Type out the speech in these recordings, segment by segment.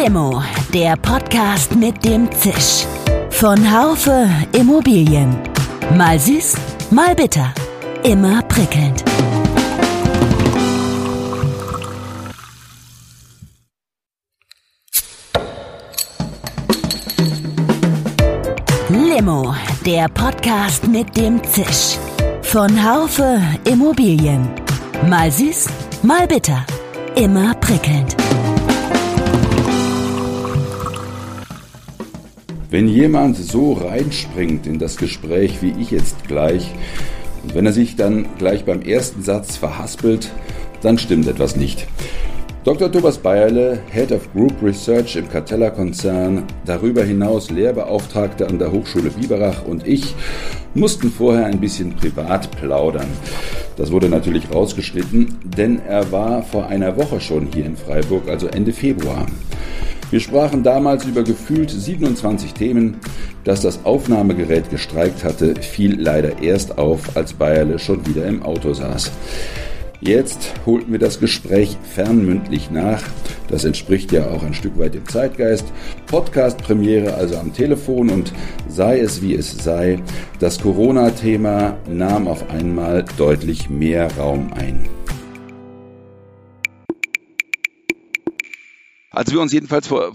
Limo, der Podcast mit dem Zisch. Von Haufe Immobilien. Mal süß, mal bitter. Immer prickelnd. Limo, der Podcast mit dem Zisch. Von Haufe Immobilien. Mal süß, mal bitter. Immer prickelnd. Wenn jemand so reinspringt in das Gespräch wie ich jetzt gleich, und wenn er sich dann gleich beim ersten Satz verhaspelt, dann stimmt etwas nicht. Dr. Thomas Beierle, Head of Group Research im Cartella-Konzern, darüber hinaus Lehrbeauftragter an der Hochschule Biberach und ich mussten vorher ein bisschen privat plaudern. Das wurde natürlich rausgeschnitten, denn er war vor einer Woche schon hier in Freiburg, also Ende Februar. Wir sprachen damals über gefühlt 27 Themen. Dass das Aufnahmegerät gestreikt hatte, fiel leider erst auf, als Beierle schon wieder im Auto saß. Jetzt holten wir das Gespräch fernmündlich nach. Das entspricht ja auch ein Stück weit dem Zeitgeist. Podcast-Premiere also am Telefon und sei es wie es sei, das Corona-Thema nahm auf einmal deutlich mehr Raum ein. Als wir uns jedenfalls vor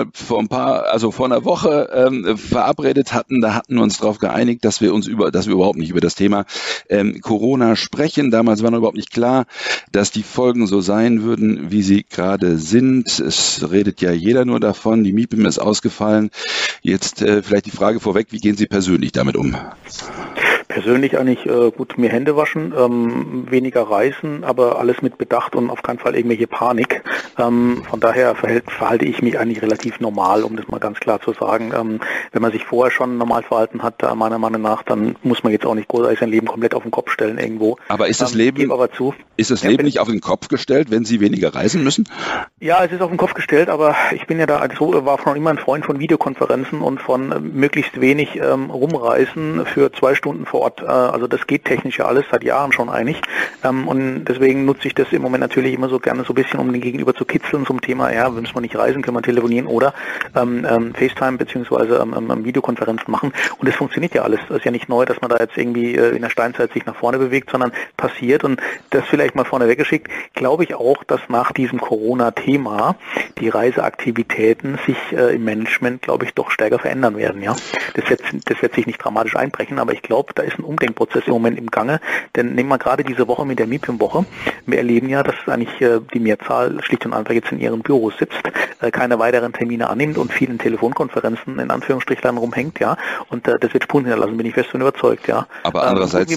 einer Woche verabredet hatten, da hatten wir uns darauf geeinigt, dass wir überhaupt nicht über das Thema Corona sprechen. Damals war noch überhaupt nicht klar, dass die Folgen so sein würden, wie sie gerade sind. Es redet ja jeder nur davon. Die MIPIM ist ausgefallen. Jetzt vielleicht die Frage vorweg: Wie gehen Sie persönlich damit um? Persönlich eigentlich gut, mir Hände waschen, weniger reisen, aber alles mit Bedacht und auf keinen Fall irgendwelche Panik. Von daher verhalte ich mich eigentlich relativ normal, um das mal ganz klar zu sagen. Wenn man sich vorher schon normal verhalten hat, meiner Meinung nach, dann muss man jetzt auch nicht großartig sein Leben komplett auf den Kopf stellen irgendwo. Aber ist das Leben nicht auf den Kopf gestellt, wenn Sie weniger reisen müssen? Ja, es ist auf den Kopf gestellt, aber ich bin ja war schon immer ein Freund von Videokonferenzen und von möglichst wenig rumreisen für 2 Stunden vor Ort. Also das geht technisch ja alles seit Jahren schon eigentlich. Und deswegen nutze ich das im Moment natürlich immer so gerne so ein bisschen, um den Gegenüber zu kitzeln zum Thema, ja, wenn wir nicht reisen, können wir telefonieren oder FaceTime bzw. Videokonferenzen machen. Und das funktioniert ja alles. Das ist ja nicht neu, dass man da jetzt irgendwie in der Steinzeit sich nach vorne bewegt, sondern passiert. Und das vielleicht mal vorne weggeschickt, glaube ich auch, dass nach diesem Corona-Thema die Reiseaktivitäten sich im Management, glaube ich, doch stärker verändern werden. Ja, das wird sich nicht dramatisch einbrechen, aber ich glaube, da ist ein Umdenkprozess im Moment im Gange. Denn nehmen wir gerade diese Woche mit der MIPIM-Woche. Wir erleben ja, dass eigentlich die Mehrzahl schlicht und einfach jetzt in ihren Büros sitzt, keine weiteren Termine annimmt und vielen Telefonkonferenzen in Anführungsstrichen rumhängt, ja. Und das wird Spuren hinterlassen, bin ich fest und überzeugt, ja. Aber andererseits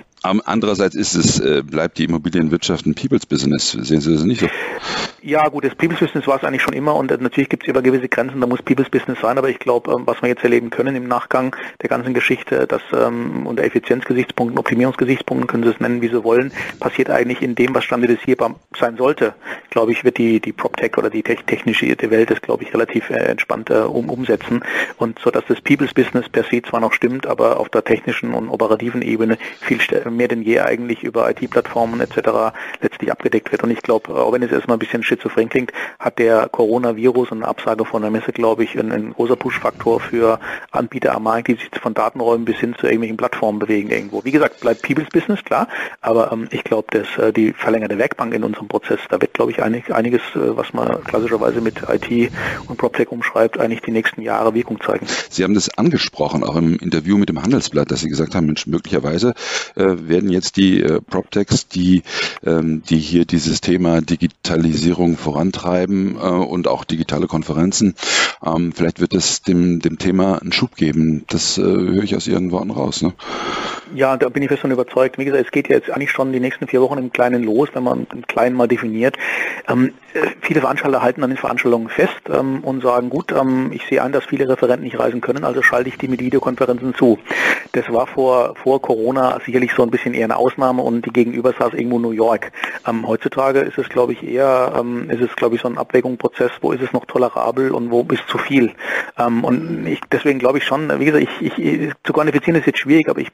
bleibt die Immobilienwirtschaft ein People's Business. Sehen Sie das nicht so? Ja gut, das People's Business war es eigentlich schon immer und natürlich gibt es über gewisse Grenzen, da muss People's Business sein, aber ich glaube, was wir jetzt erleben können im Nachgang der ganzen Geschichte, dass unter Effizienzgesichtspunkten, Optimierungsgesichtspunkten, können Sie es nennen, wie Sie wollen, passiert eigentlich in dem, was standardisierbar sein sollte. Glaube ich, wird die PropTech oder die technische Welt das, glaube ich, relativ entspannt umsetzen und so, dass das People's Business per se zwar noch stimmt, aber auf der technischen und operativen Ebene viel mehr denn je eigentlich über IT-Plattformen etc. letztlich abgedeckt wird. Und ich glaube, auch wenn es erstmal ein bisschen schizophren klingt, hat der Coronavirus und eine Absage von der Messe, glaube ich, ein großer Push-Faktor für Anbieter am Markt, die sich von Datenräumen bis hin zu irgendwelchen Plattformen bewegen irgendwo. Wie gesagt, bleibt People's Business, klar, aber ich glaube, dass die verlängerte Werkbank in unserem Prozess, da wird, glaube ich, einiges, was man klassischerweise mit IT und PropTech umschreibt, eigentlich die nächsten Jahre Wirkung zeigen. Sie haben das angesprochen, auch im Interview mit dem Handelsblatt, dass Sie gesagt haben, Mensch, möglicherweise werden jetzt die PropTechs, die hier dieses Thema Digitalisierung vorantreiben und auch digitale Konferenzen, vielleicht wird es dem Thema einen Schub geben. Das höre ich aus Ihren Worten raus, ne? Ja, da bin ich fest von überzeugt. Wie gesagt, es geht ja jetzt eigentlich schon die nächsten 4 Wochen im Kleinen los, wenn man im Kleinen mal definiert. Viele Veranstalter halten an den Veranstaltungen fest und sagen, gut, ich sehe ein, dass viele Referenten nicht reisen können, also schalte ich die mit Videokonferenzen zu. Das war vor Corona sicherlich so ein bisschen eher eine Ausnahme und die Gegenüber saß irgendwo in New York. Heutzutage ist es, glaube ich, eher, so ein Abwägungsprozess, wo ist es noch tolerabel und wo ist zu viel. Und deswegen glaube ich schon, wie gesagt, zu quantifizieren ist jetzt schwierig, aber ich bleibe dabei,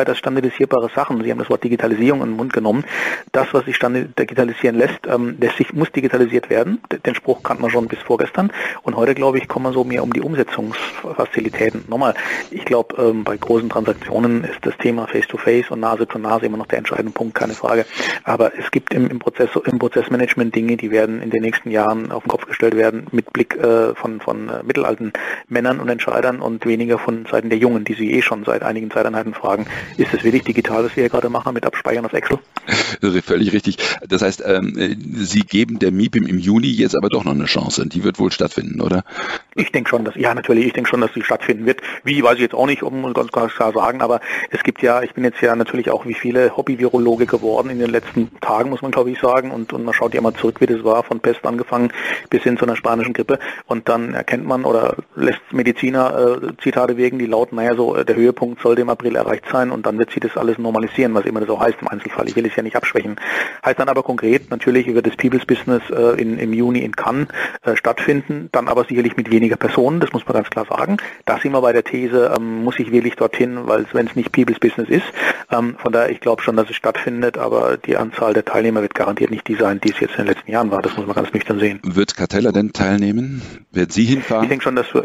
dass standardisierbare Sachen, Sie haben das Wort Digitalisierung in den Mund genommen, das, was sich digitalisieren lässt, muss digitalisiert werden. Den Spruch kannte man schon bis vorgestern. Und heute, glaube ich, kommen wir so mehr um die Umsetzungsfazilitäten. Nochmal, ich glaube, bei großen Transaktionen ist das Thema Face-to-Face und Nase zu Nase immer noch der entscheidende Punkt, keine Frage. Aber es gibt im Prozessmanagement Dinge, die werden in den nächsten Jahren auf den Kopf gestellt werden, mit Blick von mittelalten Männern und Entscheidern und weniger von Seiten der Jungen, die Sie schon seit einigen Zeiteinheiten fragen, ist es wirklich digital, was wir hier gerade machen, mit Abspeichern auf Excel? Völlig richtig. Das heißt, Sie geben der MIPIM im Juni jetzt aber doch noch eine Chance. Die wird wohl stattfinden, oder? Ich denke schon, dass sie stattfinden wird. Wie, weiß ich jetzt auch nicht, muss ganz klar sagen, aber es gibt ja, ich bin jetzt ja natürlich auch wie viele Hobby-Virologe geworden in den letzten Tagen, muss man glaube ich sagen, und man schaut ja mal zurück, wie das war, von Pest angefangen bis hin zu einer spanischen Grippe, und dann erkennt man oder lässt Mediziner Zitate wegen, die lauten, naja, so der Höhepunkt sollte im April erreicht sein und dann wird sich das alles normalisieren, was immer das auch heißt im Einzelfall. Ich will es ja nicht abschwächen. Heißt dann aber konkret, natürlich wird das People's Business im Juni in Cannes stattfinden, dann aber sicherlich mit weniger Personen, das muss man ganz klar sagen. Da sind wir bei der These, muss ich wirklich dorthin, weil wenn es nicht People's Business ist. Von daher, ich glaube schon, dass es stattfindet, aber die Anzahl der Teilnehmer wird garantiert nicht die sein, die es jetzt in den letzten Jahren war. Das muss man ganz nüchtern sehen. Wird Cartella denn teilnehmen? Wird Sie hinfahren? Ich denke schon, dass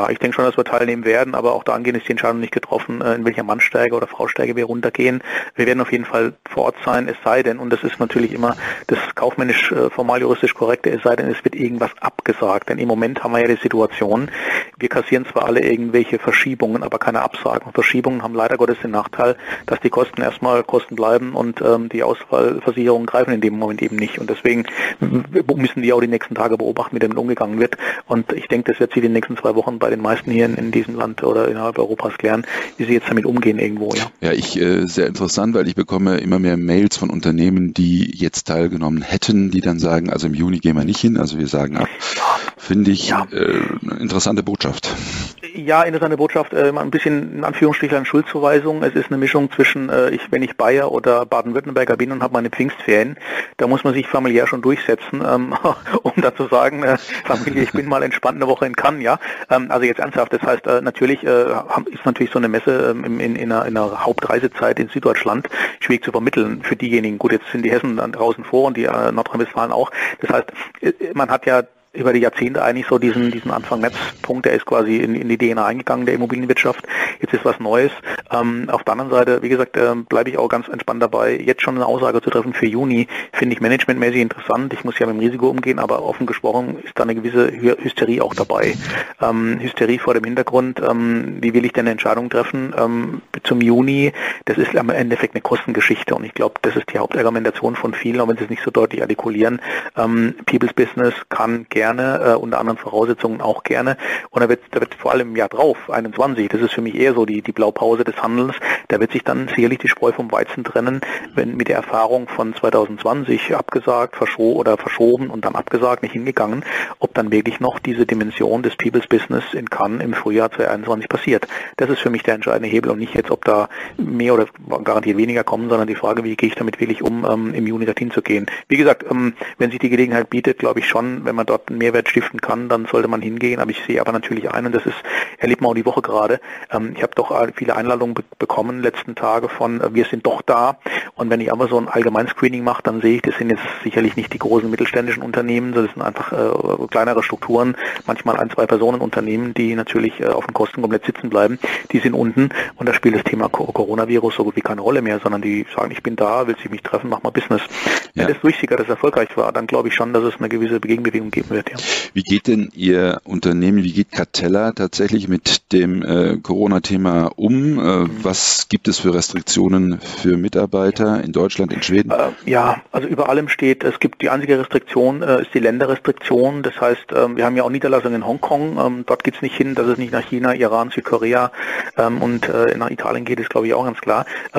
wir teilnehmen werden, aber auch dahingehend ist die Entscheidung nicht getroffen, in welcher Mannstärke oder Fraustärke wir runtergehen. Wir werden auf jeden Fall vor Ort sein, es sei denn, und das ist natürlich immer das kaufmännisch formal-juristisch Korrekte, es sei denn, es wird irgendwas abgesagt. Denn im Moment haben wir ja die Situation, wir kassieren zwar alle irgendwelche Verschiebungen, aber keine Absagen. Verschiebungen haben leider Gottes den Nachteil, dass die Kosten erstmal Kosten bleiben und die Ausfallversicherungen greifen in dem Moment eben nicht. Und deswegen müssen die auch die nächsten Tage beobachten, wie damit umgegangen wird. Und ich denke, das wird sich in den nächsten 2 Wochen bei den meisten hier in diesem Land oder innerhalb Europas klären, wie sie jetzt damit umgehen irgendwo. Ja, sehr interessant, weil ich bekomme immer mehr Mails von Unternehmen, die jetzt teilgenommen hätten, die dann sagen, also im Juni gehen wir nicht hin, also wir sagen ab. Finde ich eine interessante Botschaft. Ja, interessante Botschaft, ein bisschen in Anführungsstrichen Schuldzuweisung. Es ist eine Mischung zwischen, wenn ich Bayer oder Baden-Württemberger bin und habe meine Pfingstferien, da muss man sich familiär schon durchsetzen, um dann zu sagen, Familie, ich bin mal entspannt eine Woche in Cannes, ja. Also jetzt ernsthaft, das heißt, natürlich ist natürlich so eine Messe in einer Hauptreisezeit in Süddeutschland schwierig zu vermitteln für diejenigen. Gut, jetzt sind die Hessen dann draußen vor und die Nordrhein-Westfalen auch. Das heißt, man hat ja über die Jahrzehnte eigentlich so diesen Anfang-März-Punkt, der ist quasi in die DNA eingegangen, der Immobilienwirtschaft. Jetzt ist was Neues. Auf der anderen Seite, wie gesagt, bleibe ich auch ganz entspannt dabei. Jetzt schon eine Aussage zu treffen für Juni, finde ich managementmäßig interessant. Ich muss ja mit dem Risiko umgehen, aber offen gesprochen ist da eine gewisse Hysterie auch dabei. Hysterie vor dem Hintergrund, wie will ich denn eine Entscheidung treffen zum Juni? Das ist am Endeffekt eine Kostengeschichte und ich glaube, das ist die Hauptargumentation von vielen, auch wenn sie es nicht so deutlich artikulieren. People's Business kann gerne, unter anderen Voraussetzungen auch gerne. Und da wird vor allem im Jahr drauf, 21, das ist für mich eher so die Blaupause des Handelns, da wird sich dann sicherlich die Spreu vom Weizen trennen, wenn mit der Erfahrung von 2020 abgesagt, verschoben und dann abgesagt, nicht hingegangen, ob dann wirklich noch diese Dimension des People's Business in Cannes im Frühjahr 2021 passiert. Das ist für mich der entscheidende Hebel und nicht jetzt, ob da mehr oder garantiert weniger kommen, sondern die Frage, wie gehe ich damit wirklich um, im Juni dorthin zu gehen. Wie gesagt, wenn sich die Gelegenheit bietet, glaube ich schon, wenn man dort einen Mehrwert stiften kann, dann sollte man hingehen. Aber ich sehe aber natürlich ein, und das erlebt man auch die Woche gerade, ich habe doch viele Einladungen bekommen letzten Tage von, wir sind doch da. Und wenn ich aber so ein Allgemeinscreening mache, dann sehe ich, das sind jetzt sicherlich nicht die großen mittelständischen Unternehmen, das sind einfach kleinere Strukturen, manchmal 1-2 Personenunternehmen, die natürlich auf den Kosten komplett sitzen bleiben. Die sind unten und da spielt das Thema Coronavirus so gut wie keine Rolle mehr, sondern die sagen, ich bin da, will sich mich treffen, mach mal Business. Wenn das durchsickert, das erfolgreich war, dann glaube ich schon, dass es eine gewisse Gegenbewegung geben wird. Ja. Wie geht denn Ihr Unternehmen, wie geht Cartella tatsächlich mit dem Corona-Thema um? Was gibt es für Restriktionen für Mitarbeiter in Deutschland, in Schweden? Also über allem steht, es gibt die einzige Restriktion, ist die Länderrestriktion. Das heißt, wir haben ja auch Niederlassungen in Hongkong. Dort geht es nicht hin, dass es nicht nach China, Iran, Südkorea und nach Italien geht, ist glaube ich auch ganz klar.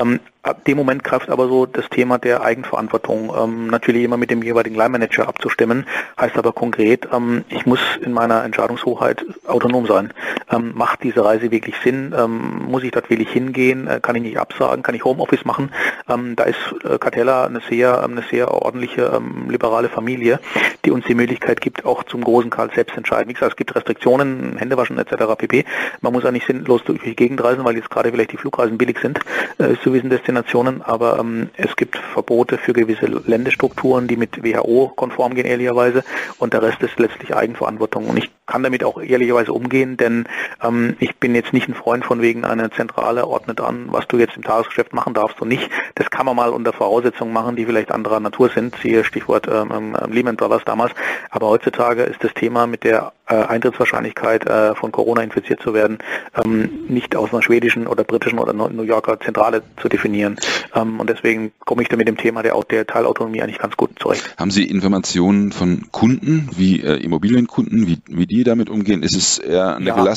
ab dem Moment greift aber so das Thema der Eigenverantwortung, natürlich immer mit dem jeweiligen Line-Manager abzustimmen, heißt aber konkret, ich muss in meiner Entscheidungshoheit autonom sein. Macht diese Reise wirklich Sinn? Muss ich dort wirklich hingehen? Kann ich nicht absagen? Kann ich Homeoffice machen? Da ist Catella eine sehr ordentliche liberale Familie, die uns die Möglichkeit gibt, auch zum großen Teil selbst entscheiden. Wie gesagt, es gibt Restriktionen, Händewaschen etc. pp. Man muss auch nicht sinnlos durch die Gegend reisen, weil jetzt gerade vielleicht die Flugreisen billig sind zu gewissen Destinationen, aber es gibt Verbote für gewisse Länderstrukturen, die mit WHO-konform gehen, ehrlicherweise, und der Rest ist letztlich Eigenverantwortung. Und ich kann damit auch ehrlicherweise umgehen, denn ich bin jetzt nicht ein Freund von wegen eine Zentrale ordnet an, was du jetzt im Tagesgeschäft machen darfst und nicht. Das kann man mal unter Voraussetzungen machen, die vielleicht anderer Natur sind, siehe Stichwort Lehman Brothers damals. Aber heutzutage ist das Thema mit der Eintrittswahrscheinlichkeit von Corona infiziert zu werden, nicht aus einer schwedischen oder britischen oder New Yorker Zentrale zu definieren. Und deswegen komme ich da mit dem Thema der Teilautonomie eigentlich ganz gut zurecht. Haben Sie Informationen von Kunden, wie Immobilienkunden, wie die damit umgehen? Ist es eher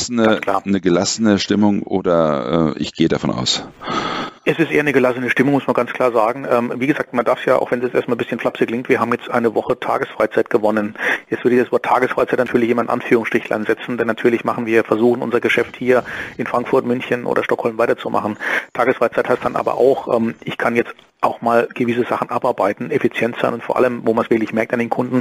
eine gelassene Stimmung oder ich gehe davon aus? Es ist eher eine gelassene Stimmung, muss man ganz klar sagen. Wie gesagt, man darf ja, auch wenn es erstmal ein bisschen flapsig klingt, wir haben jetzt eine Woche Tagesfreizeit gewonnen. Jetzt würde ich das Wort Tagesfreizeit natürlich immer in Anführungsstrichlein setzen, denn natürlich versuchen unser Geschäft hier in Frankfurt, München oder Stockholm weiterzumachen. Tagesfreizeit heißt dann aber auch, ich kann jetzt auch mal gewisse Sachen abarbeiten, effizient sein und vor allem, wo man es wirklich merkt an den Kunden,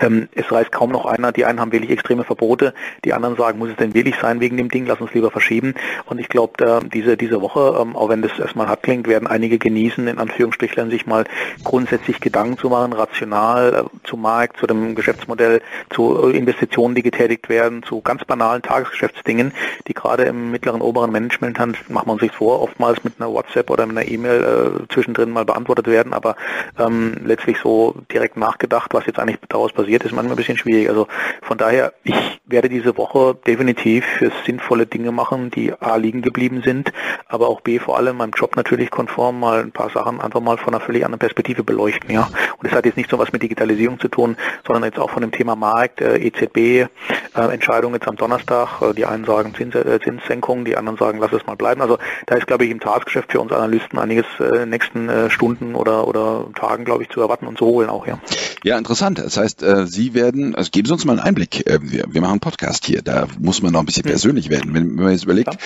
es reist kaum noch einer, die einen haben wirklich extreme Verbote, die anderen sagen, muss es denn wirklich sein wegen dem Ding, lass uns lieber verschieben. Und ich glaube, diese Woche, auch wenn das erstmal hart klingt, werden einige genießen, in Anführungsstrichen sich mal grundsätzlich Gedanken zu machen, rational zum Markt, zu dem Geschäftsmodell, zu Investitionen, die getätigt werden, zu ganz banalen Tagesgeschäftsdingen, die gerade im mittleren, oberen Management, macht man sich vor, oftmals mit einer WhatsApp oder mit einer E-Mail zwischendrin mal beantwortet werden, aber letztlich so direkt nachgedacht, was jetzt eigentlich daraus passiert, ist manchmal ein bisschen schwierig. Also von daher, ich werde diese Woche definitiv für sinnvolle Dinge machen, die A, liegen geblieben sind, aber auch B, vor allem meinem Job natürlich konform mal ein paar Sachen einfach mal von einer völlig anderen Perspektive beleuchten. Ja. Und das hat jetzt nicht so was mit Digitalisierung zu tun, sondern jetzt auch von dem Thema Markt, EZB, Entscheidung jetzt am Donnerstag, die einen sagen Zinssenkung, die anderen sagen, lass es mal bleiben. Also da ist, glaube ich, im Tagesgeschäft für uns Analysten einiges nächsten Stunden oder Tagen, glaube ich, zu erwarten und zu holen auch, ja. Ja, interessant. Das heißt, Sie werden, also geben Sie uns mal einen Einblick. Wir machen einen Podcast hier, da muss man noch ein bisschen persönlich werden. Wenn man jetzt überlegt,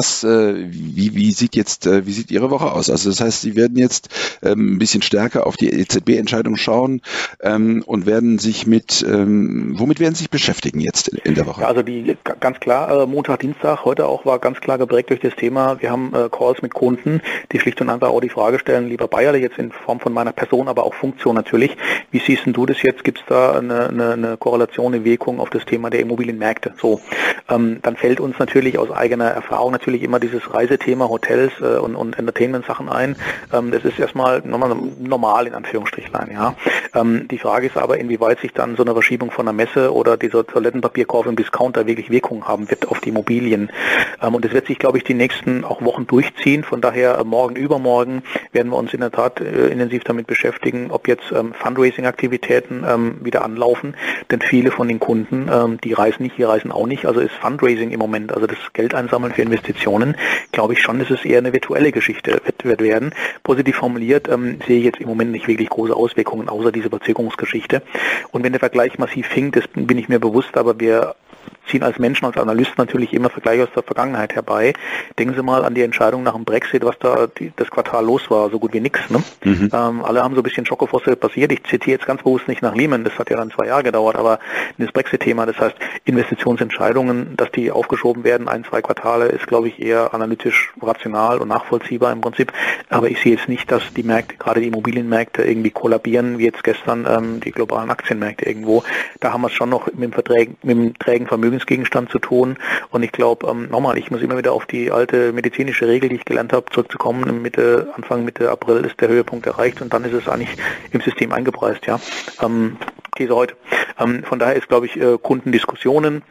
wie sieht Ihre Woche aus? Also das heißt, Sie werden jetzt ein bisschen stärker auf die EZB-Entscheidung schauen und werden sich womit werden Sie sich beschäftigen jetzt in der Woche? Ja, also ganz klar, Montag, Dienstag, heute auch war ganz klar geprägt durch das Thema. Wir haben Calls mit Kunden, die schlicht und einfach auch die Frage stellen, lieber Bayerle, jetzt in Form von meiner Person, aber auch Funktion natürlich. Wie siehst denn du das jetzt? Gibt es da eine Korrelation, eine Wirkung auf das Thema der Immobilienmärkte? So, dann fällt uns natürlich aus eigener Erfahrung natürlich immer dieses Reisethema, Hotels und Entertainment-Sachen ein. Das ist erstmal normal in Anführungsstrichlein. Ja. Die Frage ist aber, inwieweit sich dann so eine Verschiebung von einer Messe oder dieser Toilettenpapierkauf im Discounter wirklich Wirkung haben wird auf die Immobilien. Und das wird sich, glaube ich, die nächsten auch Wochen durchziehen. Von daher morgen, übermorgen werden wir uns in der Tat intensiv damit beschäftigen, ob jetzt Fundraising-Aktivitäten wieder anlaufen. Denn viele von den Kunden, die reisen nicht, wir reisen auch nicht. Also ist Fundraising im Moment, also das Geld einsammeln für Investitionen, glaube ich schon, dass es eher eine virtuelle Geschichte wird werden. Positiv formuliert sehe ich jetzt im Moment nicht wirklich große Auswirkungen, außer diese Verzögerungsgeschichte. Und wenn der Vergleich massiv hinkt, das bin ich mir bewusst, aber wir ziehen als Menschen, als Analysten natürlich immer Vergleiche aus der Vergangenheit herbei. Denken Sie mal an die Entscheidung nach dem Brexit, was da das Quartal los war, so gut wie nichts. Ne? Alle haben so ein bisschen Schockgefrosse passiert. Ich zitiere jetzt ganz bewusst nicht nach Lehman, das hat ja dann 2 Jahre gedauert, aber das Brexit-Thema, das heißt Investitionsentscheidungen, dass die aufgeschoben werden, 1-2 Quartale, ist, glaube ich, eher analytisch rational und nachvollziehbar im Prinzip. Aber ich sehe jetzt nicht, dass die Märkte, gerade die Immobilienmärkte, irgendwie kollabieren, wie jetzt gestern die globalen Aktienmärkte irgendwo. Da haben wir es schon noch mit dem trägen Vermögensgegenstand zu tun. Und ich glaube, nochmal, ich muss immer wieder auf die alte medizinische Regel, die ich gelernt habe, zurückzukommen. Anfang Mitte April ist der Höhepunkt erreicht und dann ist es eigentlich im System eingepreist. Ja, These heute. Von daher ist, glaube ich, Kundendiskussionen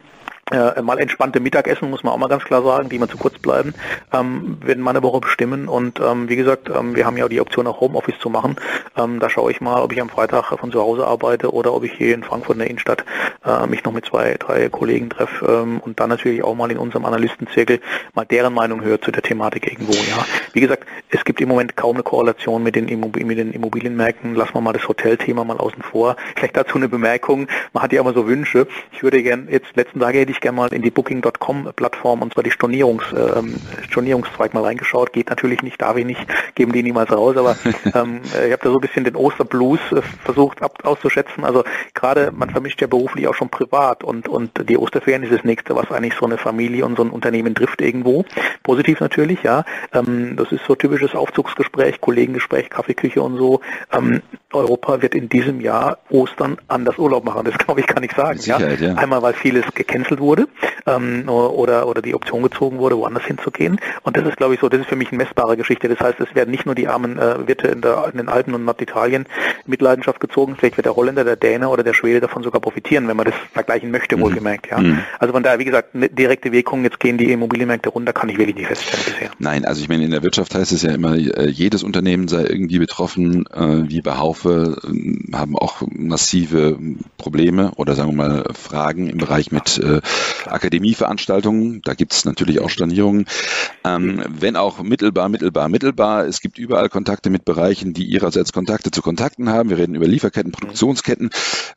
mal entspannte Mittagessen, muss man auch mal ganz klar sagen, die mal zu kurz bleiben, werden mal eine Woche bestimmen und wie gesagt, wir haben ja die Option auch Homeoffice zu machen. Da schaue ich mal, ob ich am Freitag von zu Hause arbeite oder ob ich hier in Frankfurt in der Innenstadt mich noch mit 2, 3 Kollegen treffe und dann natürlich auch mal in unserem Analystenzirkel mal deren Meinung höre zu der Thematik irgendwo. Ja, wie gesagt, es gibt im Moment kaum eine Korrelation mit den Immobilienmärkten. Lassen wir mal das Hotelthema mal außen vor. Vielleicht dazu eine Bemerkung. Man hat ja immer so Wünsche. Ich würde gerne letzten Tage hätte ich gerne mal in die Booking.com-Plattform und zwar die Stornierungszweig mal reingeschaut. Geht natürlich nicht, darf ich nicht, geben die niemals raus, aber ich habe da so ein bisschen den Osterblues versucht auszuschätzen. Also gerade, man vermischt ja beruflich auch schon privat und die Osterferien ist das Nächste, was eigentlich so eine Familie und so ein Unternehmen trifft irgendwo. Positiv natürlich, ja. Das ist so typisches Aufzugsgespräch, Kollegengespräch, Kaffeeküche und so. Europa wird in diesem Jahr Ostern anders Urlaub machen. Das glaube ich kann ich sagen. Sicherheit, ja. Einmal, weil vieles gecancelt wurde oder die Option gezogen wurde, woanders hinzugehen. Und das ist, glaube ich, so, das ist für mich eine messbare Geschichte. Das heißt, es werden nicht nur die armen Wirte in den Alpen und Norditalien mit Leidenschaft gezogen, vielleicht wird der Holländer, der Däne oder der Schwede davon sogar profitieren, wenn man das vergleichen möchte, wohlgemerkt. Ja. Also von daher, wie gesagt, eine direkte Wirkung, jetzt gehen die Immobilienmärkte runter, kann ich wirklich nicht feststellen bisher. Nein, also ich meine, in der Wirtschaft heißt es ja immer, jedes Unternehmen sei irgendwie betroffen. Wir bei Haufe haben auch massive Probleme oder sagen wir mal Fragen im Bereich mit Akademieveranstaltungen. Da gibt es natürlich auch Stornierungen. Wenn auch mittelbar. Es gibt überall Kontakte mit Bereichen, die ihrerseits Kontakte zu Kontakten haben. Wir reden über Lieferketten, Produktionsketten.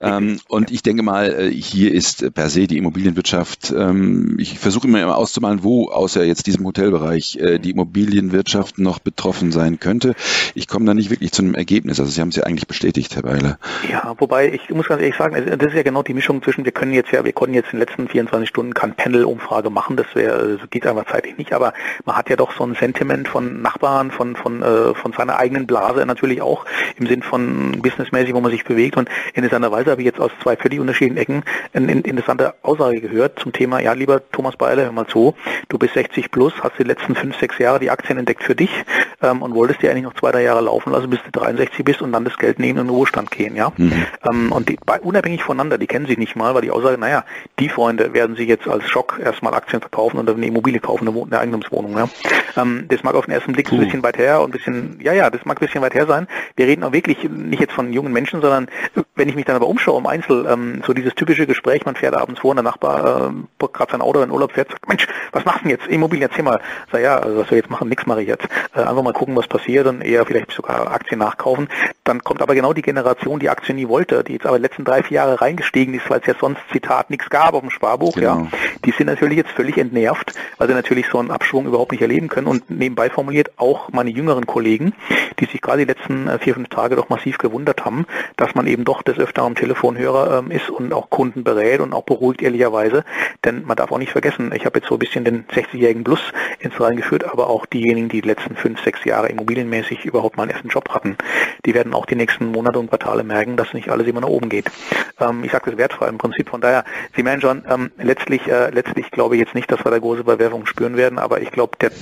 Und ich denke mal, hier ist per se die Immobilienwirtschaft, ich versuche immer auszumalen, wo außer jetzt diesem Hotelbereich die Immobilienwirtschaft noch betroffen sein könnte. Ich komme da nicht wirklich zu einem Ergebnis. Also Sie haben es ja eigentlich bestätigt, Herr Beiler. Ja, wobei ich muss ganz ehrlich sagen, das ist ja genau die Mischung zwischen, wir konnten jetzt in den letzten 24 Stunden keine Panel-Umfrage machen, das geht einfach zeitlich nicht, aber man hat ja doch so ein Sentiment von Nachbarn, von seiner eigenen Blase natürlich auch im Sinn von businessmäßig, wo man sich bewegt und in interessanter Weise habe ich jetzt aus 2 völlig unterschiedlichen Ecken eine interessante Aussage gehört zum Thema, ja, lieber Thomas Beiler, hör mal zu, du bist 60 plus, hast die letzten 5, 6 Jahre die Aktien entdeckt für dich und wolltest dir eigentlich noch 2, 3 Jahre laufen lassen, bis du 63 bist und dann das Geld nehmen und in den Ruhestand gehen, ja. Und die unabhängig voneinander, die kennen sich nicht mal, weil die Aussage, naja, die Freunde werden sich jetzt als Schock erstmal Aktien verkaufen oder eine Immobilie kaufen, eine Eigentumswohnung, ja. Das mag auf den ersten Blick ein bisschen weit her und ein bisschen, das mag ein bisschen weit her sein. Wir reden auch wirklich nicht jetzt von jungen Menschen, sondern wenn ich mich dann aber umschaue im Einzel, so dieses typische Gespräch, man fährt abends vor und der Nachbar gerade sein Auto in Urlaub fährt, sagt, Mensch, was machst du denn jetzt? Immobilien, erzähl mal. Sag ja, also was soll ich jetzt machen? Nichts mache ich jetzt. Einfach mal gucken, was passiert und eher vielleicht sogar Aktien nachkaufen. Dann kommt aber genau die Generation, die Aktien nie wollte, die jetzt aber die letzten 3, 4 Jahre reingestiegen ist, weil es ja sonst, Zitat, nichts gab auf dem Sparbuch, genau. Ja. Die sind natürlich jetzt völlig entnervt, weil sie natürlich so einen Abschwung überhaupt nicht erleben können und nebenbei formuliert auch meine jüngeren Kollegen, die sich gerade die letzten 4, 5 Tage doch massiv gewundert haben, dass man eben doch des Öfteren am Telefonhörer ist und auch Kunden berät und auch beruhigt ehrlicherweise, denn man darf auch nicht vergessen, ich habe jetzt so ein bisschen den 60-jährigen Plus ins Rein geführt, aber auch diejenigen, die letzten 5, 6 Jahre immobilienmäßig überhaupt mal einen ersten Job hatten, die werden auch die nächsten Monate und Quartale merken, dass nicht alles immer nach oben geht. Ich sage das wertfrei im Prinzip, von daher, Sie merken schon, letztlich glaube ich jetzt nicht, dass wir da große Verwerfungen spüren werden, aber ich glaube, der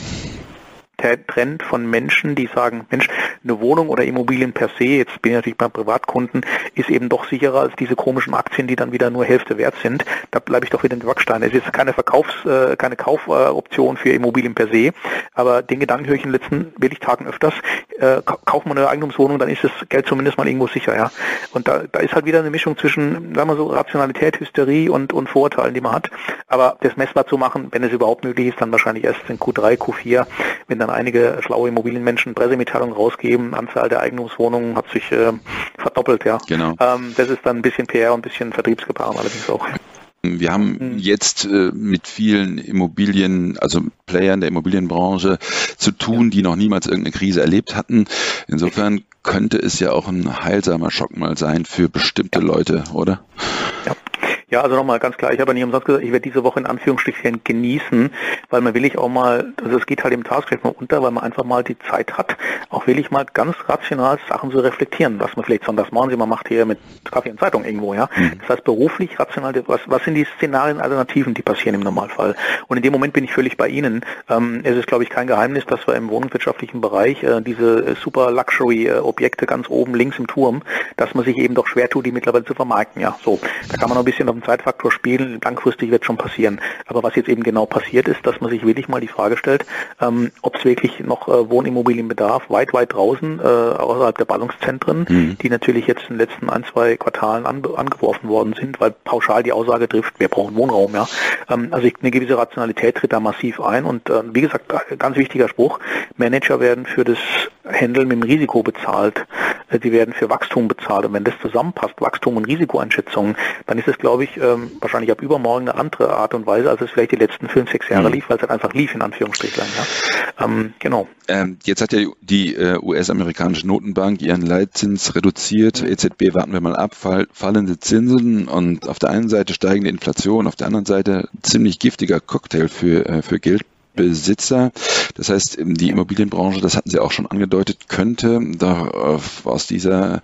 Trend von Menschen, die sagen, Mensch, eine Wohnung oder Immobilien per se, jetzt bin ich natürlich bei Privatkunden, ist eben doch sicherer als diese komischen Aktien, die dann wieder nur Hälfte wert sind. Da bleibe ich doch wieder in den Backstein. Es ist keine keine Kaufoption für Immobilien per se, aber den Gedanken höre ich in den letzten wirklich Tagen öfters. Kauft man eine Eigentumswohnung, dann ist das Geld zumindest mal irgendwo sicher, ja. Und da ist halt wieder eine Mischung zwischen, sagen wir so, Rationalität, Hysterie und Vorurteilen, die man hat. Aber das messbar zu machen, wenn es überhaupt möglich ist, dann wahrscheinlich erst in Q3, Q4, wenn dann einige schlaue Immobilienmenschen Pressemitteilungen rausgeben, Anzahl der Eigentumswohnungen hat sich verdoppelt, ja. Genau. Das ist dann ein bisschen PR und ein bisschen Vertriebsgebahren allerdings auch. Wir haben jetzt mit vielen Immobilien, also Playern der Immobilienbranche zu tun, die noch niemals irgendeine Krise erlebt hatten. Insofern könnte es ja auch ein heilsamer Schock mal sein für bestimmte Leute, oder? Ja, also nochmal ganz klar, ich habe ja nicht umsonst gesagt, ich werde diese Woche in Anführungsstrichen genießen, weil man will auch mal, also es geht halt im Tagesgeschäft mal unter, weil man einfach mal die Zeit hat, auch will ich mal ganz rational Sachen zu reflektieren, was man vielleicht sonntags morgens immer macht hier mit Kaffee und Zeitung irgendwo, ja. Das heißt beruflich, rational, was sind die Szenarien, Alternativen, die passieren im Normalfall? Und in dem Moment bin ich völlig bei Ihnen. Es ist, glaube ich, kein Geheimnis, dass wir im wohnungswirtschaftlichen Bereich diese super Luxury-Objekte ganz oben links im Turm, dass man sich eben doch schwer tut, die mittlerweile zu vermarkten, ja. So, da kann man noch ein bisschen auf dem Zeitfaktor spielen, langfristig wird schon passieren. Aber was jetzt eben genau passiert ist, dass man sich wirklich mal die Frage stellt, ob es wirklich noch Wohnimmobilien bedarf, weit draußen, außerhalb der Ballungszentren, die natürlich jetzt in den letzten 1-2 Quartalen angeworfen worden sind, weil pauschal die Aussage trifft, wir brauchen Wohnraum. Ja. Also eine gewisse Rationalität tritt da massiv ein und wie gesagt, ganz wichtiger Spruch, Manager werden für das Handeln mit dem Risiko bezahlt, die werden für Wachstum bezahlt und wenn das zusammenpasst, Wachstum und Risikoeinschätzungen, dann ist es, glaube ich, wahrscheinlich ab übermorgen eine andere Art und Weise, als es vielleicht die letzten 5-6 Jahre lief, weil es halt einfach lief, in Anführungsstrichen. Ja. Genau. Jetzt hat ja die US-amerikanische Notenbank ihren Leitzins reduziert. EZB warten wir mal ab, fallende Zinsen und auf der einen Seite steigende Inflation, auf der anderen Seite ziemlich giftiger Cocktail für Geldbesitzer. Das heißt, die Immobilienbranche, das hatten Sie auch schon angedeutet, könnte da von dieser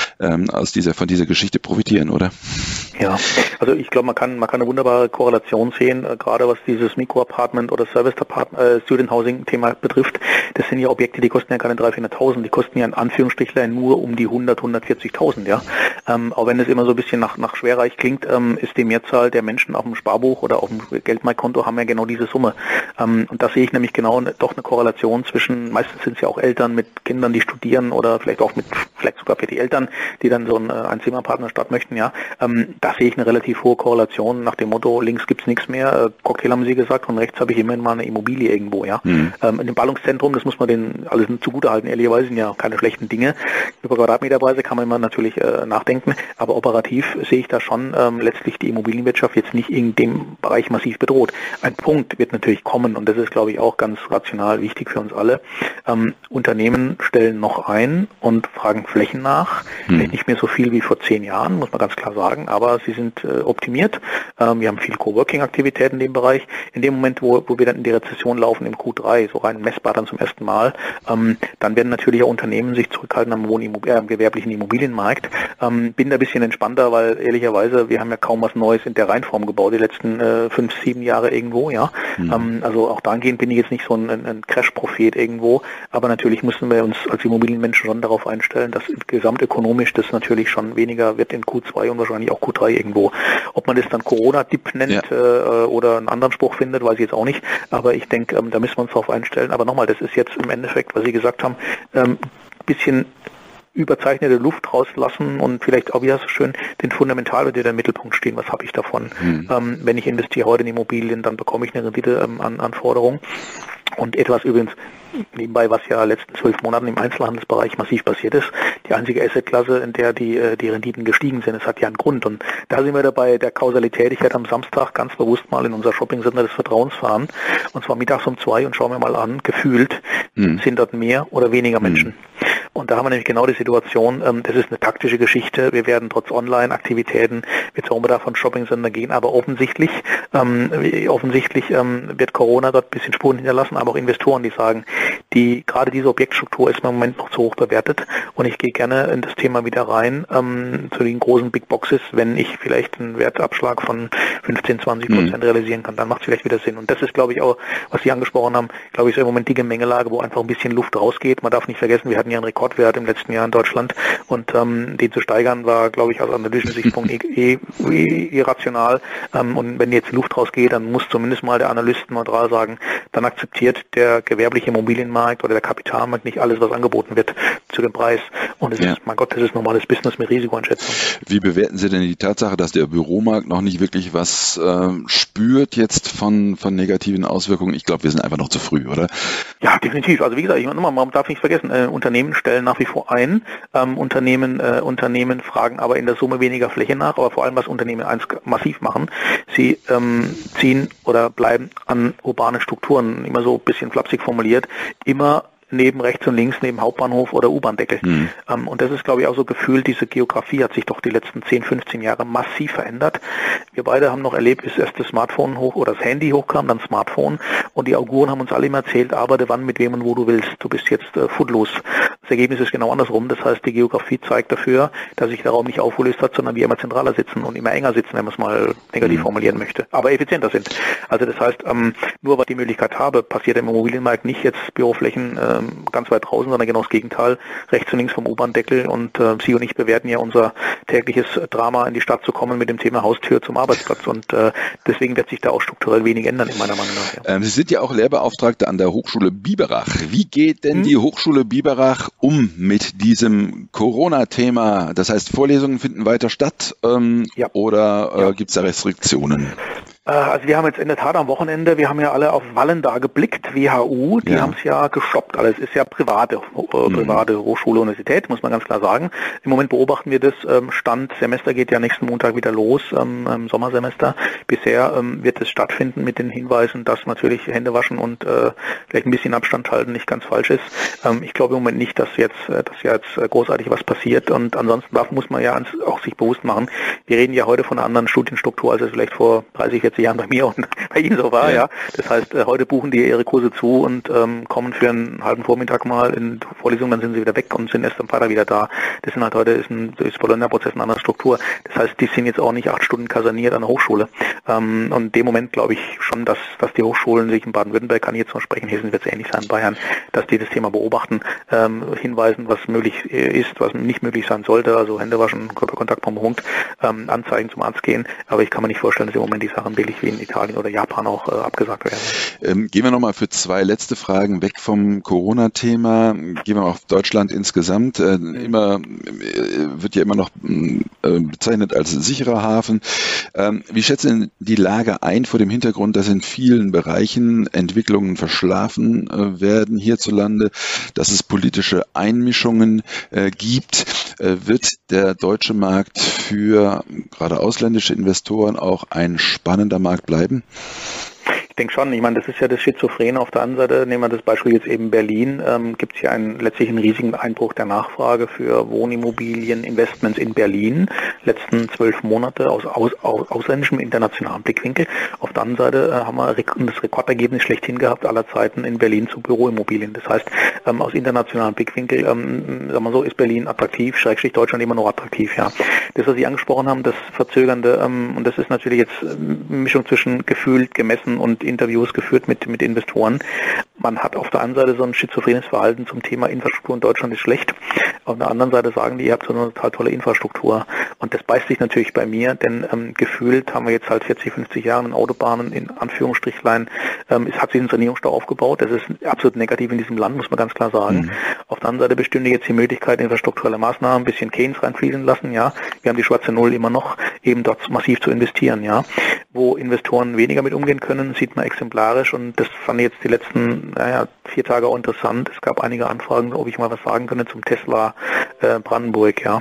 Geschichte profitieren, oder? Ja, also ich glaube, man kann eine wunderbare Korrelation sehen, gerade was dieses Mikroapartment oder Student Housing Thema betrifft. Das sind ja Objekte, die kosten ja keine 300.000, 400.000, die kosten ja in Anführungsstrichen nur um die 140.000, ja. Auch wenn es immer so ein bisschen nach schwerreich klingt, ist die Mehrzahl der Menschen auf dem Sparbuch oder auf dem Geldmarktkonto haben ja genau diese Summe. Und da sehe ich nämlich genau doch eine Korrelation zwischen, meistens sind es ja auch Eltern mit Kindern, die studieren oder vielleicht sogar für die Eltern, die dann so einen Einzimmerpartner möchten, ja. Da sehe ich eine relativ hohe Korrelation nach dem Motto, links gibt's nichts mehr, Cocktail haben Sie gesagt, und rechts habe ich immerhin mal eine Immobilie irgendwo, ja. In dem Ballungszentrum, das muss man denen alles zugutehalten, ehrlicherweise sind ja keine schlechten Dinge. Über Quadratmeterpreise kann man immer natürlich nachdenken, aber operativ sehe ich da schon letztlich die Immobilienwirtschaft jetzt nicht in dem Bereich massiv bedroht. Ein Punkt wird natürlich kommen und das ist, glaube ich, auch ganz rational wichtig für uns alle. Unternehmen stellen noch ein und fragen Flächen nach, vielleicht nicht mehr so viel wie vor 10 Jahren, muss man ganz klar sagen, aber sie sind optimiert. Wir haben viel Coworking-Aktivitäten in dem Bereich. In dem Moment, wo wir dann in die Rezession laufen, im Q3, so rein messbar dann zum ersten Mal, dann werden natürlich auch Unternehmen sich zurückhalten am gewerblichen Immobilienmarkt. Bin da ein bisschen entspannter, weil ehrlicherweise, wir haben ja kaum was Neues in der Reihenform gebaut, die letzten 5-7 Jahre irgendwo, ja. Also auch dahingehend bin ich jetzt nicht so ein Crash-Prophet irgendwo, aber natürlich müssen wir uns als Immobilienmenschen schon darauf einstellen, dass gesamtökonomisch das natürlich schon weniger wird in Q2 und wahrscheinlich auch Q3 irgendwo. Ob man das dann Corona-Dip nennt oder einen anderen Spruch findet, weiß ich jetzt auch nicht, aber ich denke, da müssen wir uns darauf einstellen. Aber nochmal, das ist jetzt im Endeffekt, was Sie gesagt haben, bisschen überzeichnete Luft rauslassen und vielleicht auch wieder so schön den Fundamentalwert in den Mittelpunkt stehen. Was habe ich davon? Wenn ich investiere heute in Immobilien, dann bekomme ich eine Renditeanforderung. Und etwas übrigens nebenbei, was ja letzten 12 Monaten im Einzelhandelsbereich massiv passiert ist. Die einzige Assetklasse, in der die Renditen gestiegen sind. Es hat ja einen Grund. Und da sind wir dabei der Kausalität. Ich werde am Samstag ganz bewusst mal in unser Shopping-Center des Vertrauens fahren. Und zwar mittags um 2 und schauen wir mal an, gefühlt sind dort mehr oder weniger Menschen. Und da haben wir nämlich genau die Situation, das ist eine taktische Geschichte. Wir werden trotz Online-Aktivitäten mit Bedarf von Shopping-Center gehen, aber offensichtlich wird Corona dort ein bisschen Spuren hinterlassen, aber auch Investoren, die sagen, gerade diese Objektstruktur ist im Moment noch zu hoch bewertet und ich gehe gerne in das Thema wieder rein, zu den großen Big Boxes, wenn ich vielleicht einen Wertabschlag von 15-20% realisieren kann, dann macht es vielleicht wieder Sinn. Und das ist, glaube ich, auch, was Sie angesprochen haben, glaube ich, so im Moment die Gemengelage, wo einfach ein bisschen Luft rausgeht. Man darf nicht vergessen, wir hatten ja einen Rekordwert im letzten Jahr in Deutschland und den zu steigern war, glaube ich, aus analytischen Sichtpunkt irrational. Und wenn jetzt Luft rausgeht, dann muss zumindest mal der Analyst neutral sagen, dann akzeptiert der gewerbliche Immobilienmarkt oder der Kapitalmarkt nicht alles, was angeboten wird, zu dem Preis. Und es ist, mein Gott, das ist normales Business mit Risikoeinschätzung. Wie bewerten Sie denn die Tatsache, dass der Büromarkt noch nicht wirklich was spürt jetzt von negativen Auswirkungen? Ich glaube, wir sind einfach noch zu früh, oder? Ja, definitiv. Also wie gesagt, man darf nicht vergessen, Unternehmen stellen nach wie vor ein. Unternehmen fragen aber in der Summe weniger Fläche nach, aber vor allem, was Unternehmen massiv machen, sie ziehen oder bleiben an urbane Strukturen, immer so ein bisschen flapsig formuliert, immer neben rechts und links, neben Hauptbahnhof oder U-Bahn-Deckel. Und das ist, glaube ich, auch so gefühlt, diese Geografie hat sich doch die letzten 10, 15 Jahre massiv verändert. Wir beide haben noch erlebt, bis erst das Smartphone oder das Handy hochkam, dann Smartphone. Und die Auguren haben uns alle immer erzählt, arbeite wann, mit wem und wo du willst. Du bist jetzt footloose. Das Ergebnis ist genau andersrum. Das heißt, die Geografie zeigt dafür, dass sich der Raum nicht aufgelöst hat, sondern wir immer zentraler sitzen und immer enger sitzen, wenn man es mal negativ formulieren möchte, aber effizienter sind. Also das heißt, nur weil ich die Möglichkeit habe, passiert im Immobilienmarkt nicht jetzt Büroflächen ganz weit draußen, sondern genau das Gegenteil, rechts und links vom U-Bahn-Deckel. Und Sie und ich bewerten ja unser tägliches Drama, in die Stadt zu kommen mit dem Thema Haustür zum Arbeitsplatz. Und deswegen wird sich da auch strukturell wenig ändern, in meiner Meinung nach. Ja. Sie sind ja auch Lehrbeauftragte an der Hochschule Biberach. Wie geht denn die Hochschule Biberach um mit diesem Corona-Thema? Das heißt, Vorlesungen finden weiter statt oder gibt es da Restriktionen? Also wir haben jetzt in der Tat am Wochenende, wir haben ja alle auf Wallen da geblickt, WHU, die haben es ja gestoppt. Alles ist ja private Hochschule, Universität, muss man ganz klar sagen. Im Moment beobachten wir das, Semester geht ja nächsten Montag wieder los, Sommersemester. Bisher wird es stattfinden mit den Hinweisen, dass natürlich Hände waschen und vielleicht ein bisschen Abstand halten nicht ganz falsch ist. Ich glaube im Moment nicht, dass jetzt großartig was passiert, und ansonsten muss man ja auch sich bewusst machen, wir reden ja heute von einer anderen Studienstruktur, als es vielleicht vor 30, 40 Jahren bei mir und bei Ihnen so war, ja. Das heißt, heute buchen die ihre Kurse zu und kommen für einen halben Vormittag mal in Vorlesungen, dann sind sie wieder weg und sind erst am Freitag wieder da. Das sind halt heute, ist vor der Prozess eine andere Struktur. Das heißt, die sind jetzt auch nicht 8 Stunden kaserniert an der Hochschule. Und in dem Moment glaube ich schon, dass die Hochschulen sich in Baden-Württemberg, kann ich jetzt noch sprechen, Hessen wird es ähnlich sein, Bayern, dass die das Thema beobachten, hinweisen, was möglich ist, was nicht möglich sein sollte, also Hände waschen, Körperkontakt vom Hund, Anzeigen zum Arzt gehen. Aber ich kann mir nicht vorstellen, dass im Moment die Sachen billig wie in Italien oder Japan auch abgesagt werden. Gehen wir nochmal für 2 letzte Fragen weg vom Corona-Thema. Gehen wir auf Deutschland insgesamt. Wird ja immer noch bezeichnet als sicherer Hafen. Wie schätzen Sie die Lage ein vor dem Hintergrund, dass in vielen Bereichen Entwicklungen verschlafen werden hierzulande, dass es politische Einmischungen gibt? Wird der deutsche Markt für gerade ausländische Investoren auch ein spannender Markt bleiben? Ich denke schon, ich meine, das ist ja das Schizophrene. Auf der anderen Seite, nehmen wir das Beispiel jetzt eben Berlin, gibt es ja letztlich einen riesigen Einbruch der Nachfrage für Wohnimmobilien, Investments in Berlin, letzten 12 Monate aus ausländischem, internationalen Blickwinkel. Auf der anderen Seite haben wir das Rekordergebnis schlechthin gehabt aller Zeiten in Berlin zu Büroimmobilien. Das heißt, aus internationalem Blickwinkel, sagen wir so, ist Berlin attraktiv, Schrägstrich Deutschland immer noch attraktiv, ja. Das, was Sie angesprochen haben, das Verzögernde, und das ist natürlich jetzt eine Mischung zwischen gefühlt, gemessen und Interviews geführt mit Investoren. Man hat auf der einen Seite so ein schizophrenes Verhalten zum Thema Infrastruktur in Deutschland ist schlecht. Auf der anderen Seite sagen die, ihr habt so eine total tolle Infrastruktur. Und das beißt sich natürlich bei mir, denn gefühlt haben wir jetzt seit 40, 50 Jahren Autobahnen in Anführungsstrichlein, es hat sich ein Sanierungsstau aufgebaut. Das ist absolut negativ in diesem Land, muss man ganz klar sagen. Auf der anderen Seite bestünde jetzt die Möglichkeit, infrastrukturelle Maßnahmen, ein bisschen Keynes reinfließen lassen, ja. Wir haben die schwarze Null immer noch, eben dort massiv zu investieren, ja. Wo Investoren weniger mit umgehen können, sieht man exemplarisch, und das fand ich jetzt die letzten 4 Tage auch interessant. Es gab einige Anfragen, ob ich mal was sagen könnte zum Tesla Brandenburg, ja.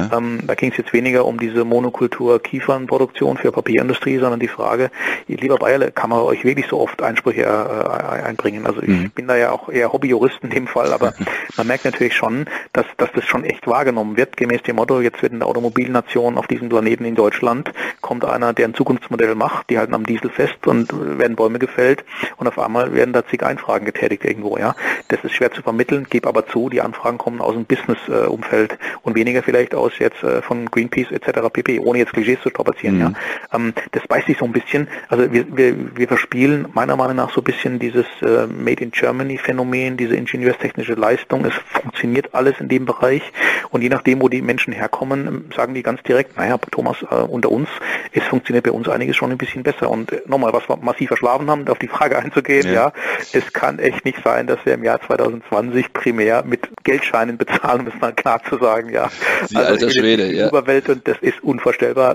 Da ging es jetzt weniger um diese Monokultur Kiefernproduktion für Papierindustrie, sondern die Frage, lieber Bayerle, kann man euch wirklich so oft Einsprüche einbringen? Also ich bin da ja auch eher Hobbyjurist in dem Fall, aber man merkt natürlich schon, dass das schon echt wahrgenommen wird, gemäß dem Motto, jetzt wird in der Automobilnation auf diesem Planeten in Deutschland, kommt einer, der ein Zukunftsmodell macht, die halten am Diesel fest und werden Bäume gefällt, und auf einmal werden da zig Einfragen getätigt irgendwo, ja. Das ist schwer zu vermitteln, gebe aber zu, die Anfragen kommen aus dem Business-Umfeld und weniger vielleicht aus jetzt von Greenpeace etc. pp., ohne jetzt Klischees zu strapazieren, ja. Das beißt sich so ein bisschen, also wir verspielen meiner Meinung nach so ein bisschen dieses Made in Germany Phänomen, diese ingenieurstechnische Leistung. Es funktioniert alles in dem Bereich, und je nachdem, wo die Menschen herkommen, sagen die ganz direkt, naja, Thomas, unter uns, es funktioniert bei uns einiges schon ein bisschen besser. Und nochmal, was wir massiv verschlafen haben, auf die Frage einzugehen, ja, es kann echt nicht sein, dass wir im Jahr 2020 primär mit Geldscheinen bezahlen, um es mal klar zu sagen, ja. Die alter Schwede, ja. Überwelt, und das ist unvorstellbar,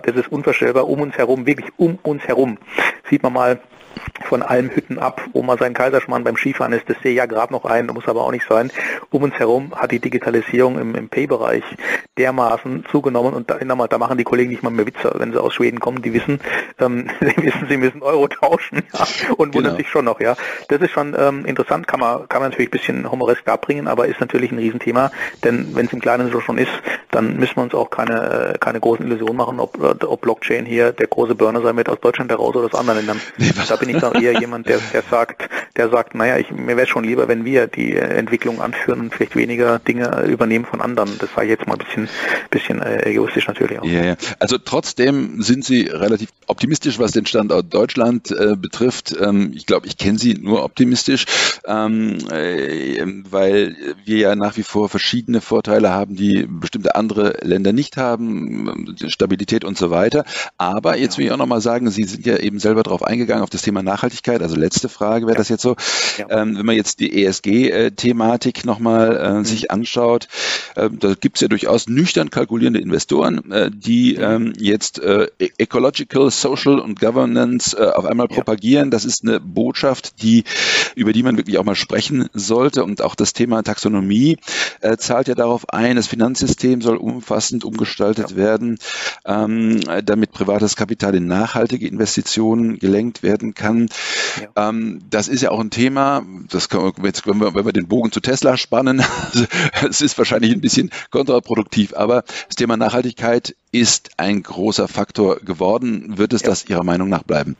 um uns herum, wirklich um uns herum. Sieht man mal von allen Hütten ab, wo man seinen Kaiserschmarrn beim Skifahren ist, das sehe ich ja gerade noch ein, muss aber auch nicht sein. Um uns herum hat die Digitalisierung im Pay-Bereich dermaßen zugenommen, und da machen die Kollegen nicht mal mehr Witze, wenn sie aus Schweden kommen, die wissen, sie müssen Euro tauschen, ja, und wundern sich schon noch, ja. Das ist schon interessant, kann man natürlich ein bisschen humoresk abbringen, aber ist natürlich ein Riesenthema, denn wenn es im Kleinen so schon ist, dann müssen wir uns auch keine großen Illusionen machen, ob Blockchain hier der große Burner sein wird aus Deutschland heraus oder aus anderen Ländern. Da bin ich dann eher jemand, der sagt, naja, mir wäre schon lieber, wenn wir die Entwicklung anführen und vielleicht weniger Dinge übernehmen von anderen. Das sage ich jetzt mal ein bisschen egoistisch natürlich auch. Ja. Also trotzdem sind Sie relativ optimistisch, was den Standort Deutschland betrifft. Ich glaube, ich kenne Sie nur optimistisch, weil wir ja nach wie vor verschiedene Vorteile haben, die bestimmte andere Länder nicht haben, Stabilität und so weiter. Aber jetzt will ich auch nochmal sagen, Sie sind ja eben selber darauf eingegangen, auf das Thema Nachhaltigkeit. Also letzte Frage wäre das jetzt so. Ja. Wenn man jetzt die ESG-Thematik nochmal sich anschaut, da gibt es ja durchaus nüchtern kalkulierende Investoren, die jetzt Ecological, Social und Governance auf einmal propagieren. Das ist eine Botschaft, über die man wirklich auch mal sprechen sollte. Und auch das Thema Taxonomie zahlt ja darauf ein, das Finanzsystem soll umfassend umgestaltet werden, damit privates Kapital in nachhaltige Investitionen gelenkt werden kann. Ja. Das ist ja auch ein Thema, das können wir jetzt, wenn wir den Bogen zu Tesla spannen, es ist wahrscheinlich ein bisschen kontraproduktiv, aber das Thema Nachhaltigkeit ist ein großer Faktor geworden. Wird es das Ihrer Meinung nach bleiben?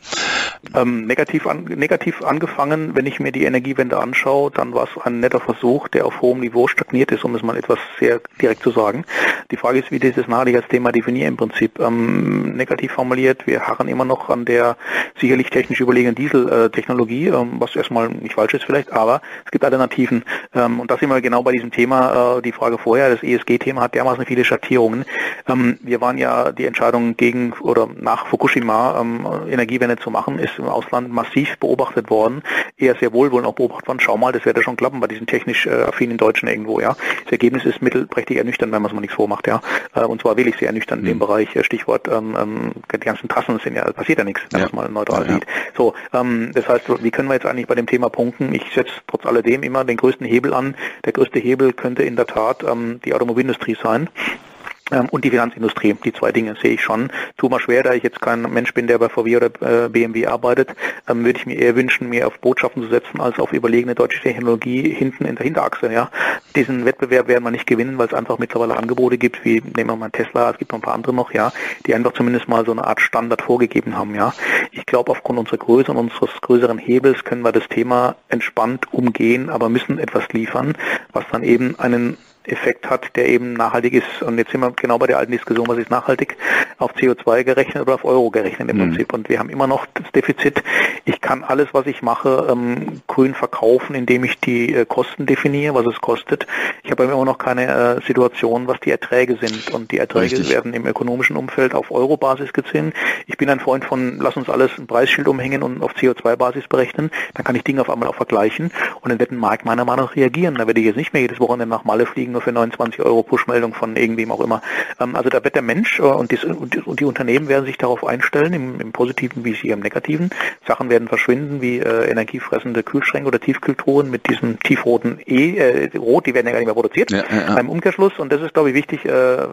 Negativ angefangen, wenn ich mir die Energiewende anschaue, dann war es ein netter Versuch, der auf hohem Niveau stagniert ist, um es mal etwas sehr direkt zu sagen. Die Frage ist, wie dieses Nachhaltigkeitsthema definiert im Prinzip. Negativ formuliert, wir harren immer noch an der sicherlich technisch überlegenen Dieseltechnologie, was erstmal nicht falsch ist vielleicht, aber es gibt Alternativen. Und da sind wir genau bei diesem Thema, die Frage vorher, das ESG-Thema hat dermaßen viele Schattierungen. Wir waren ja die Entscheidung gegen oder nach Fukushima Energiewende zu machen, ist im Ausland massiv beobachtet worden, eher sehr wohlwollend auch beobachtet worden. Schau mal, das werde schon klappen bei diesen technisch affinen Deutschen irgendwo, ja. Das Ergebnis ist mittelprächtig ernüchternd, wenn man es mal nichts vormacht, ja. Und zwar wirklich sehr ernüchternd in dem Bereich, Stichwort, die ganzen Trassen sind ja, passiert ja nichts, wenn man es mal neutral sieht. So, das heißt, wie können wir jetzt eigentlich bei dem Thema punkten? Ich setze trotz alledem immer den größten Hebel an. Der größte Hebel könnte in der Tat die Automobilindustrie sein. Und die Finanzindustrie, die zwei Dinge sehe ich schon. Tu mal schwer, da ich jetzt kein Mensch bin, der bei VW oder BMW arbeitet, würde ich mir eher wünschen, mir auf Botschaften zu setzen, als auf überlegene deutsche Technologie hinten in der Hinterachse. Ja, diesen Wettbewerb werden wir nicht gewinnen, weil es einfach mittlerweile Angebote gibt, wie nehmen wir mal Tesla, es gibt noch ein paar andere noch, ja, die einfach zumindest mal so eine Art Standard vorgegeben haben. Ja, ich glaube, aufgrund unserer Größe und unseres größeren Hebels können wir das Thema entspannt umgehen, aber müssen etwas liefern, was dann eben einen Effekt hat, der eben nachhaltig ist. Und jetzt sind wir genau bei der alten Diskussion, was ist nachhaltig, auf CO2 gerechnet oder auf Euro gerechnet im Prinzip. Und wir haben immer noch das Defizit. Ich kann alles, was ich mache, grün verkaufen, indem ich die Kosten definiere, was es kostet. Ich habe immer noch keine Situation, was die Erträge sind. Und die Erträge werden im ökonomischen Umfeld auf Euro-Basis gezählt. Ich bin ein Freund von, lass uns alles ein Preisschild umhängen und auf CO2-Basis berechnen. Dann kann ich Dinge auf einmal auch vergleichen. Und dann wird ein Markt meiner Meinung nach reagieren. Da werde ich jetzt nicht mehr jedes Wochenende nach Malle fliegen, nur für 29 € Push-Meldung von irgendwem auch immer. Also da wird der Mensch und die Unternehmen werden sich darauf einstellen, im Positiven wie im Negativen. Sachen werden verschwinden, wie energiefressende Kühlschränke oder Tiefkühltruhen mit diesem tiefroten Rot, die werden ja gar nicht mehr produziert. Im Umkehrschluss, und das ist, glaube ich, wichtig,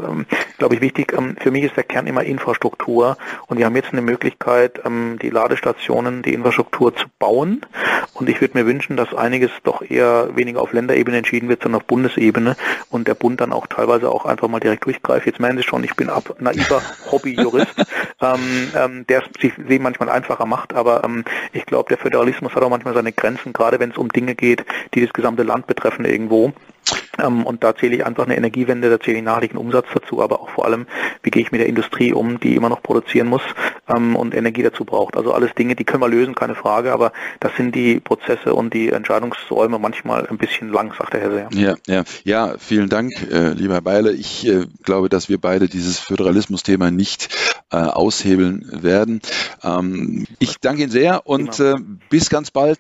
für mich ist der Kern immer Infrastruktur. Und wir haben jetzt eine Möglichkeit, die Ladestationen, die Infrastruktur zu bauen. Und ich würde mir wünschen, dass einiges doch eher weniger auf Länderebene entschieden wird, sondern auf Bundesebene. Und der Bund dann auch teilweise auch einfach mal direkt durchgreift. Jetzt meinen Sie schon, ich bin naiver Hobbyjurist, der sich manchmal einfacher macht, aber ich glaube, der Föderalismus hat auch manchmal seine Grenzen, gerade wenn es um Dinge geht, die das gesamte Land betreffen irgendwo. Und da zähle ich einfach eine Energiewende, da zähle ich nachhaltigen Umsatz dazu, aber auch vor allem, wie gehe ich mit der Industrie um, die immer noch produzieren muss und Energie dazu braucht. Also alles Dinge, die können wir lösen, keine Frage, aber das sind die Prozesse und die Entscheidungsräume manchmal ein bisschen lang, sagt der Herr Seher. Ja, vielen Dank, lieber Herr Beile. Ich glaube, dass wir beide dieses Föderalismus-Thema nicht aushebeln werden. Ich danke Ihnen sehr und bis ganz bald.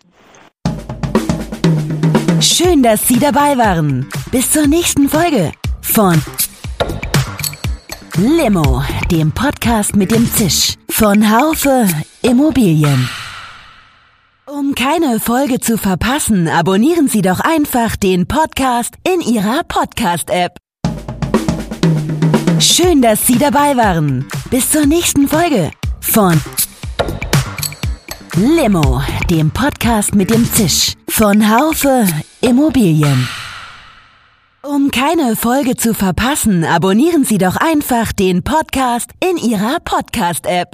Schön, dass Sie dabei waren. Bis zur nächsten Folge von Limo, dem Podcast mit dem Zisch von Haufe Immobilien. Um keine Folge zu verpassen, abonnieren Sie doch einfach den Podcast in Ihrer Podcast-App. Schön, dass Sie dabei waren. Bis zur nächsten Folge von Limo, dem Podcast mit dem Zisch von Haufe Immobilien. Um keine Folge zu verpassen, abonnieren Sie doch einfach den Podcast in Ihrer Podcast-App.